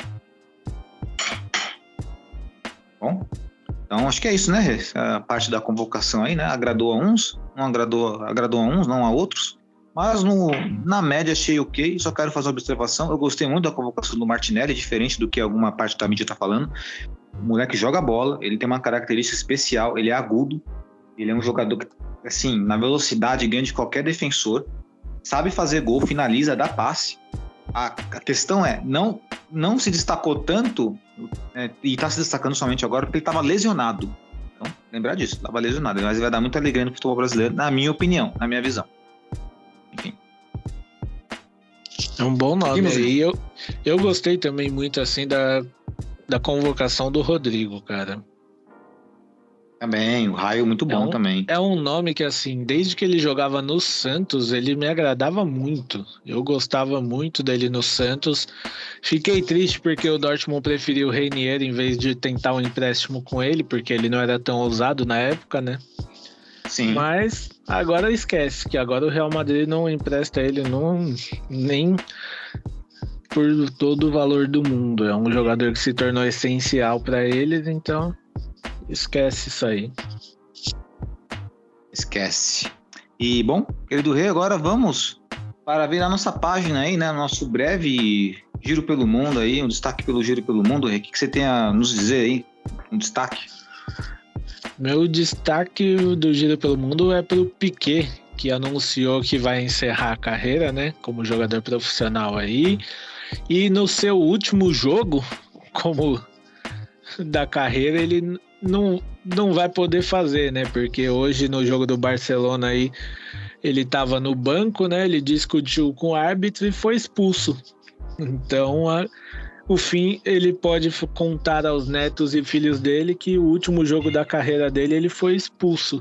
Bom, então acho que é isso, né? A parte da convocação aí, né? Agradou a uns, não agradou, agradou a uns, não a outros. Mas no, na média achei ok. Só quero fazer uma observação. Eu gostei muito da convocação do Martinelli, diferente do que alguma parte da mídia tá falando. O moleque joga bola, ele tem uma característica especial, ele é agudo. Ele é um jogador que, assim, na velocidade ganha de qualquer defensor, sabe fazer gol, finaliza, dá passe. A, a questão é, não, não se destacou tanto, é, e está se destacando somente agora porque ele estava lesionado. Então, lembrar disso, estava lesionado. Mas vai dar muita alegria no futebol brasileiro, na minha opinião, na minha visão. Enfim. É um bom nome. E eu, eu gostei também muito, assim, da, da convocação do Rodrigo, cara. Também, o Raio muito bom é um, também. É um nome que, assim, desde que ele jogava no Santos, ele me agradava muito. Eu gostava muito dele no Santos. Fiquei triste porque o Dortmund preferiu o Reinier em vez de tentar um empréstimo com ele, porque ele não era tão ousado na época, né? Sim. Mas agora esquece, que agora o Real Madrid não empresta ele não, nem por todo o valor do mundo. É um jogador que se tornou essencial para eles, então... Esquece isso aí. Esquece. E, bom, querido Rei, agora vamos para ver a nossa página aí, né? Nosso breve giro pelo mundo aí, um destaque pelo giro pelo mundo. Rei, o que você tem a nos dizer aí? Um destaque? Meu destaque do giro pelo mundo é pelo Piquet, que anunciou que vai encerrar a carreira, né? Como jogador profissional aí. E no seu último jogo, como da carreira, ele não, não vai poder fazer, né? Porque hoje no jogo do Barcelona aí ele estava no banco, né? Ele discutiu com o árbitro e foi expulso. Então a, o fim, ele pode contar aos netos e filhos dele que o último jogo da carreira dele, ele foi expulso.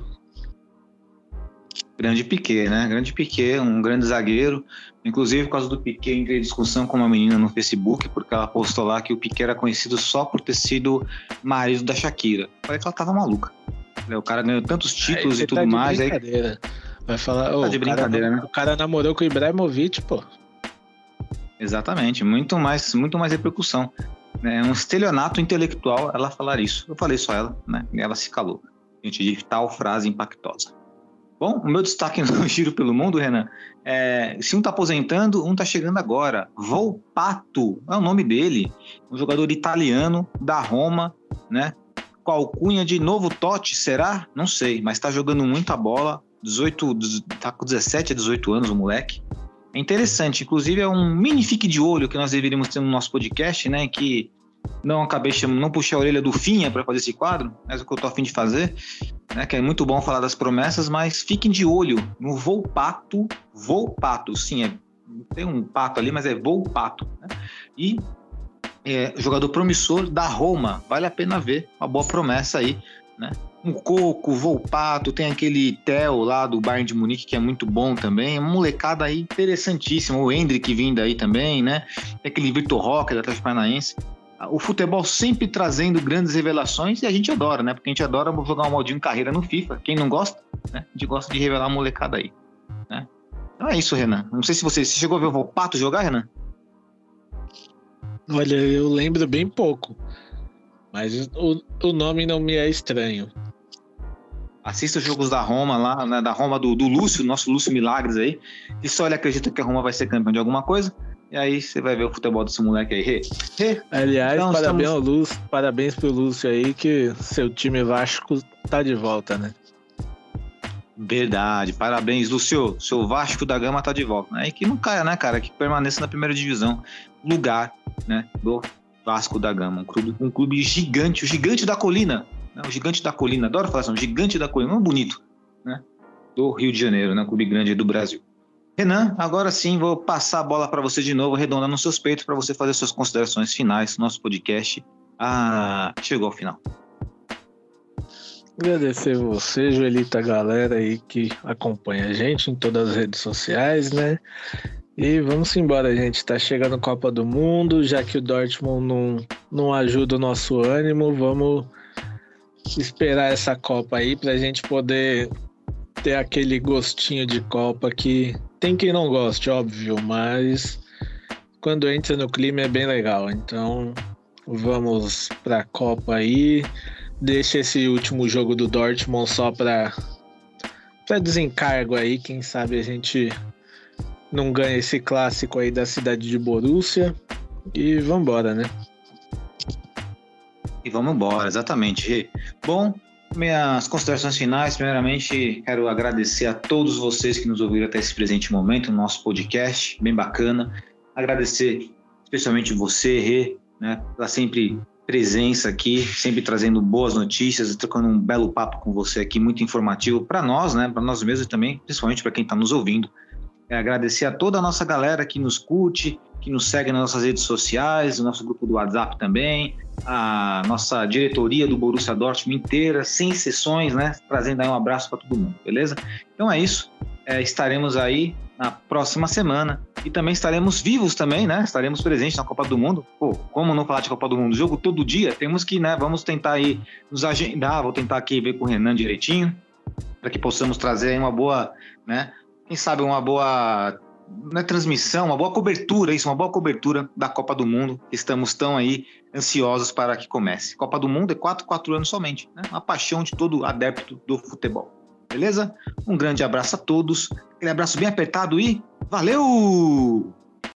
Grande Piquet, né? Grande Piquet, um grande zagueiro. Inclusive, por causa do Piquet, entrei em discussão com uma menina no Facebook, porque ela postou lá que o Piquet era conhecido só por ter sido marido da Shakira. Falei que ela tava maluca. O cara ganhou tantos títulos aí e tudo tá mais. Aí... Vai falar, tá oh, de brincadeira, cara, né? O cara namorou com o Ibrahimovic, pô. Exatamente, muito mais, muito mais repercussão. É um estelionato intelectual ela falar isso. Eu falei só ela, né? E ela se calou diante de tal frase impactosa. Bom, o meu destaque no Giro pelo Mundo, Renan, é, se um tá aposentando, um tá chegando agora. Volpato, é o nome dele, um jogador italiano da Roma, né? Com a alcunha de Novo Totti, será? Não sei, mas tá jogando muita bola, dezoito, tá com dezessete a dezoito anos o moleque. É interessante, inclusive é um mini fique de olho que nós deveríamos ter no nosso podcast, né? Que não acabei chamando, não puxei a orelha do Finha para fazer esse quadro, mas é o que eu tô a fim de fazer, né? Que é muito bom falar das promessas, mas fiquem de olho no Volpato, Volpato, sim, é, tem um pato ali, mas é Volpato, né? E é, jogador promissor da Roma, vale a pena ver, uma boa promessa aí, né? Um Coco, Volpato, tem aquele Theo lá do Bayern de Munique que é muito bom também, uma molecada aí interessantíssima, o Hendrick vindo aí também, né? Tem aquele Vitor Roque da Atlético Paranaense. O futebol sempre trazendo grandes revelações e a gente adora, né? Porque a gente adora jogar um modinho carreira no FIFA. Quem não gosta, né? A gente gosta de revelar a molecada aí, né? Então é isso, Renan. Não sei se você, você chegou a ver o Volpato jogar, Renan? Olha, eu lembro bem pouco, mas o, o nome não me é estranho. Assista os jogos da Roma lá, né? Da Roma do, do Lúcio, nosso Lúcio Milagres aí. E só ele acredita que a Roma vai ser campeão de alguma coisa. E aí você vai ver o futebol desse moleque aí. Rê. Rê. Aliás, então, parabéns estamos... ao Lúcio, parabéns pro Lúcio aí, que seu time Vasco tá de volta, né? Verdade, parabéns, Lúcio. Seu Vasco da Gama tá de volta. É que não caia, né, cara? Que permaneça na primeira divisão. Lugar, né, do Vasco da Gama. Um clube, um clube gigante, o gigante da colina. Né? O gigante da colina. Adoro falar assim, o gigante da colina. Não é bonito, né? Do Rio de Janeiro, né? Clube grande do Brasil. Renan, agora sim vou passar a bola para você de novo, arredondando nos seus peitos para você fazer suas considerações finais no nosso podcast. Ah, chegou ao final. Agradecer você, Joelita, a galera aí que acompanha a gente em todas as redes sociais, né? E vamos embora, gente. Tá chegando a Copa do Mundo, já que o Dortmund não, não ajuda o nosso ânimo, vamos esperar essa Copa aí pra gente poder ter aquele gostinho de Copa que tem quem não goste, óbvio, mas quando entra no clima é bem legal. Então vamos pra Copa aí. Deixa esse último jogo do Dortmund só pra, pra desencargo aí. Quem sabe a gente não ganha esse clássico aí da cidade de Borussia. E vambora, né? E vamos embora, exatamente. Bom, minhas considerações finais. Primeiramente, quero agradecer a todos vocês que nos ouviram até esse presente momento no nosso podcast, bem bacana. Agradecer especialmente você, Rê, né, pela sempre presença aqui, sempre trazendo boas notícias e trocando um belo papo com você aqui, muito informativo para nós, né, para nós mesmos e também, principalmente para quem está nos ouvindo. É agradecer a toda a nossa galera que nos curte, que nos segue nas nossas redes sociais, o nosso grupo do WhatsApp também, a nossa diretoria do Borussia Dortmund inteira, sem exceções, né, trazendo aí um abraço para todo mundo, beleza? Então é isso, é, estaremos aí na próxima semana e também estaremos vivos também, né, estaremos presentes na Copa do Mundo. Pô, como não falar de Copa do Mundo? Jogo todo dia, temos que, né, vamos tentar aí nos agendar, vou tentar aqui ver com o Renan direitinho, para que possamos trazer aí uma boa, né, quem sabe uma boa, né, transmissão, uma boa cobertura, isso, uma boa cobertura da Copa do Mundo. Estamos tão aí ansiosos para que comece. Copa do Mundo é quatro, quatro anos somente, né? Uma paixão de todo adepto do futebol. Beleza? Um grande abraço a todos, aquele abraço bem apertado e valeu!